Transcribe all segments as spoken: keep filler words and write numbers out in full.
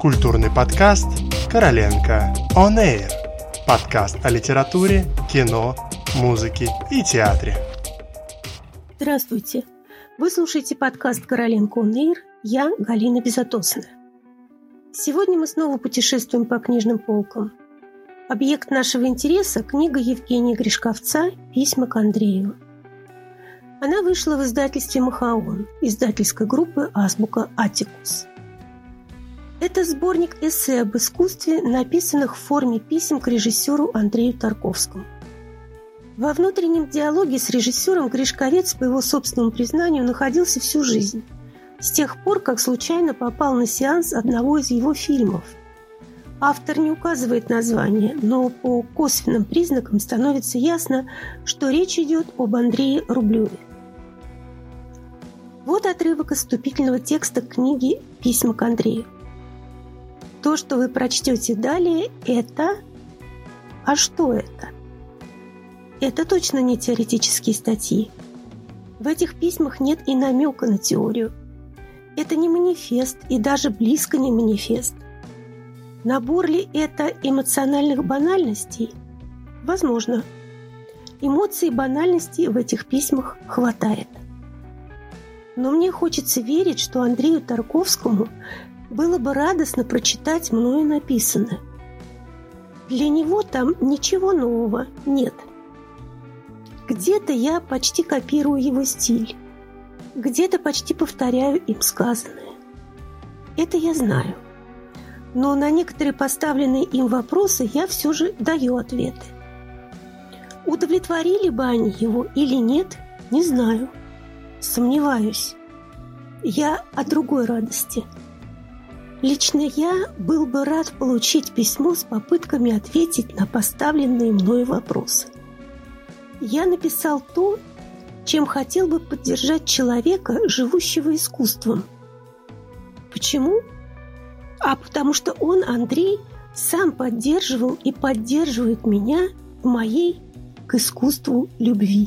Культурный подкаст «Короленко On Air». Подкаст о литературе, кино, музыке и театре. Здравствуйте! Вы слушаете подкаст «Короленко On Air». Я Галина Безотосная. Сегодня мы снова путешествуем по книжным полкам. Объект нашего интереса – книга Евгения Гришковца «Письма к Андрею». Она вышла в издательстве «Махаон» издательской группы «Азбука Аттикус». Это сборник эссе об искусстве, написанных в форме писем к режиссеру Андрею Тарковскому. Во внутреннем диалоге с режиссером Гришковец, по его собственному признанию, находился всю жизнь, с тех пор, как случайно попал на сеанс одного из его фильмов. Автор не указывает название, но по косвенным признакам становится ясно, что речь идет об Андрее Рублеве. Вот отрывок из вступительного текста книги «Письма к Андрею». То, что вы прочтете далее, это... А что это? Это точно не теоретические статьи. В этих письмах нет и намека на теорию. Это не манифест и даже близко не манифест. Набор ли это эмоциональных банальностей? Возможно. Эмоций и банальностей в этих письмах хватает. Но мне хочется верить, что Андрею Тарковскому было бы радостно прочитать мною написанное. Для него там ничего нового нет. Где-то я почти копирую его стиль, где-то почти повторяю им сказанное. Это я знаю. Но на некоторые поставленные им вопросы я все же даю ответы. Удовлетворили бы они его или нет, не знаю. Сомневаюсь. Я о другой радости. Лично я был бы рад получить письмо с попытками ответить на поставленные мной вопросы. Я написал то, чем хотел бы поддержать человека, живущего искусством. Почему? А потому что он, Андрей, сам поддерживал и поддерживает меня в моей к искусству любви.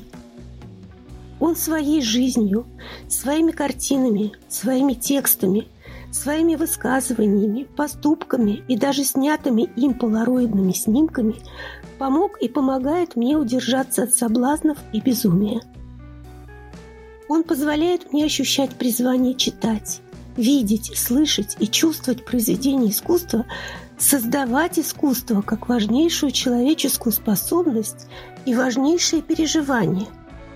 Он своей жизнью, своими картинами, своими текстами, своими высказываниями, поступками и даже снятыми им полароидными снимками помог и помогает мне удержаться от соблазнов и безумия. Он позволяет мне ощущать призвание читать, видеть, слышать и чувствовать произведения искусства, создавать искусство как важнейшую человеческую способность и важнейшее переживание.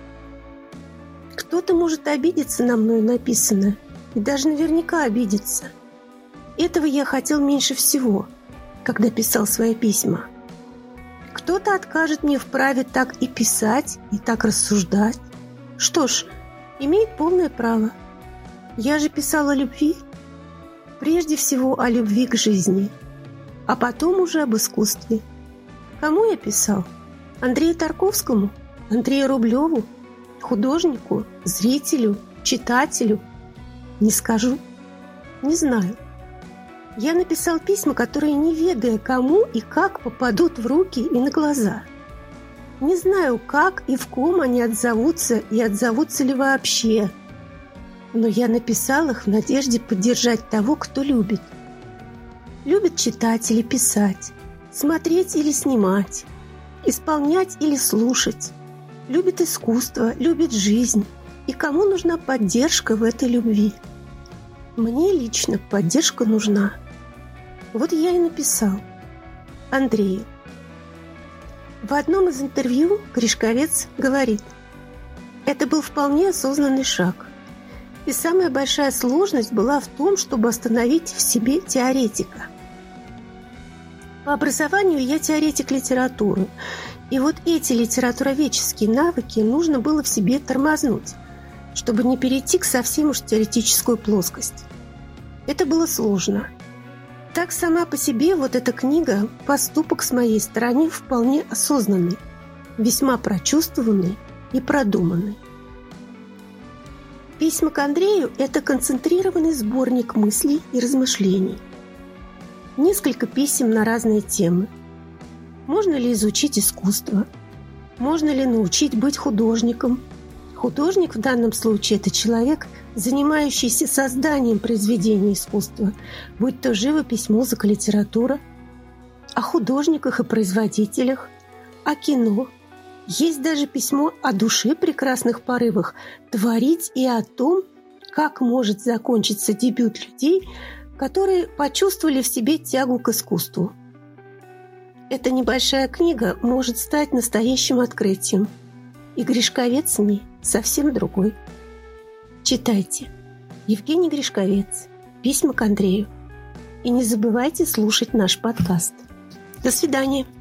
Кто-то может обидеться на мною написанное, и даже наверняка обидеться. Этого я хотел меньше всего, когда писал свои письма. Кто-то откажет мне в праве так и писать, и так рассуждать. Что ж, имеет полное право. Я же писал о любви. Прежде всего о любви к жизни, а потом уже об искусстве. Кому я писал? Андрею Тарковскому? Андрею Рублеву? Художнику? Зрителю? Читателю? Не скажу. Не знаю. Я написал письма, которые, не ведая кому и как, попадут в руки и на глаза. Не знаю, как и в ком они отзовутся и отзовутся ли вообще. Но я написал их в надежде поддержать того, кто любит. Любит читать или писать, смотреть или снимать, исполнять или слушать. Любит искусство, любит жизнь. И кому нужна поддержка в этой любви? Мне лично поддержка нужна. Вот я и написал Андрею. В одном из интервью Гришковец говорит: это был вполне осознанный шаг. И самая большая сложность была в том, чтобы остановить в себе теоретика. По образованию я теоретик литературы. И вот эти литературоведческие навыки нужно было в себе тормознуть, чтобы не перейти к совсем уж теоретическую плоскость. Это было сложно. Так сама по себе вот эта книга – поступок с моей стороны вполне осознанный, весьма прочувствованный и продуманный. «Письма к Андрею» – это концентрированный сборник мыслей и размышлений. Несколько писем на разные темы. Можно ли изучить искусство? Можно ли научить быть художником? Художник в данном случае – это человек, занимающийся созданием произведений искусства, будь то живопись, музыка, литература. О художниках и производителях, о кино. Есть даже письмо о душе, прекрасных порывах творить и о том, как может закончиться дебют людей, которые почувствовали в себе тягу к искусству. Эта небольшая книга может стать настоящим открытием, и Гришковец в ней совсем другой. Читайте. Евгений Гришковец. Письма к Андрею. И не забывайте слушать наш подкаст. До свидания.